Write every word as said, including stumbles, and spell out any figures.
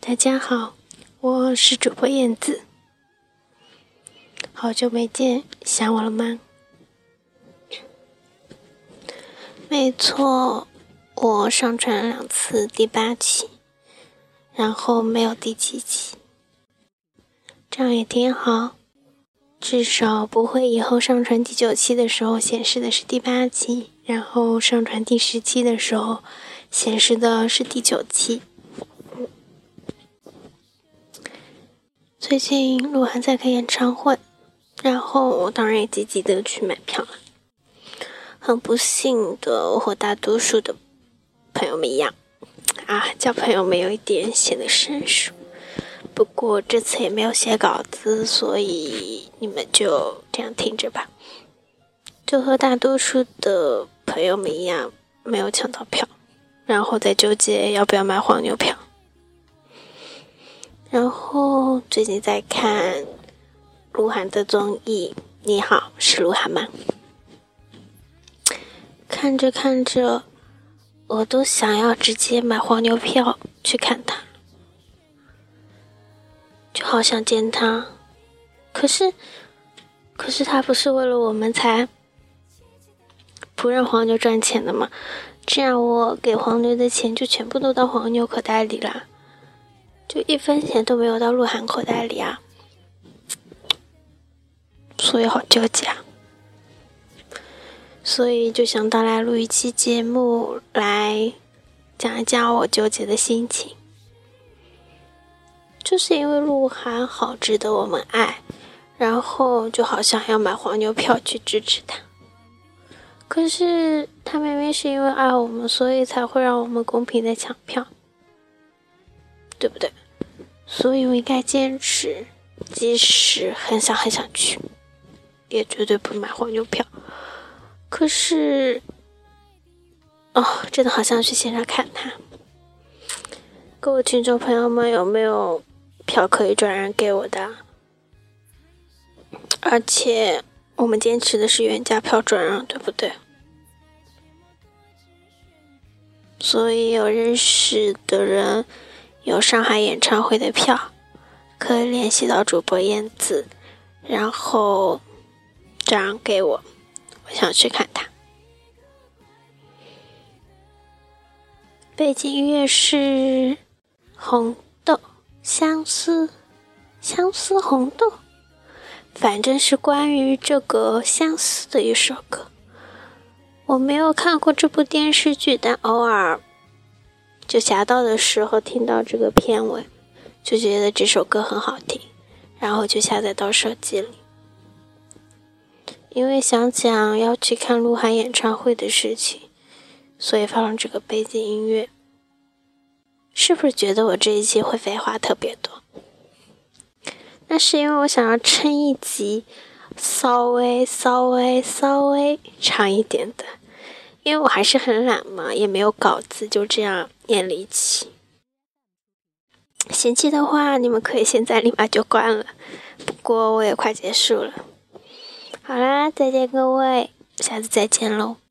大家好，我是主播燕子，好久没见，想我了吗？没错，我上传了两次第八期，然后没有第七期，这样也挺好，至少不会以后上传第九期的时候显示的是第八期，然后上传第十期的时候显示的是第九期。最近鹿晗在开演唱会，然后我当然也积极的去买票了。很不幸的，我和大多数的朋友们一样啊，叫朋友们有一点显得生疏。不过这次也没有写稿子，所以你们就这样听着吧。就和大多数的朋友们一样，没有抢到票，然后再纠结要不要买黄牛票。然后最近在看鹿晗的综艺《你好，是鹿晗吗》。看着看着，我都想要直接买黄牛票去看他，就好想见他。可是，可是他不是为了我们才不让黄牛赚钱的吗？这样我给黄牛的钱就全部都到黄牛口袋里了。就一分钱都没有到鹿晗口袋里啊，所以好纠结啊。所以就想到来录一期节目，来讲一讲我纠结的心情。就是因为鹿晗好值得我们爱，然后就好想要买黄牛票去支持他。可是他明明是因为爱我们，所以才会让我们公平的抢票，对不对？所以我应该坚持，即使很想很想去，也绝对不买黄牛票。可是，哦，真的好想去现场看他。各位听众朋友们，有没有票可以转让给我的？而且我们坚持的是原价票转让，对不对？所以有认识的人有上海演唱会的票，可以联系到主播燕子，然后转让给我，我想去看他。背景音乐是红豆相思相思红豆，反正是关于这个相思的一首歌。我没有看过这部电视剧，但偶尔就侠盗的时候听到这个片尾，就觉得这首歌很好听，然后就下载到手机里。因为想讲要去看鹿晗演唱会的事情，所以放了这个背景音乐。是不是觉得我这一期会废话特别多？那是因为我想要撑一集稍微稍微稍微长一点的，因为我还是很懒嘛，也没有稿子，就这样念了一期。嫌弃的话，你们可以现在立马就关了，不过我也快结束了。好啦，再见各位，下次再见喽。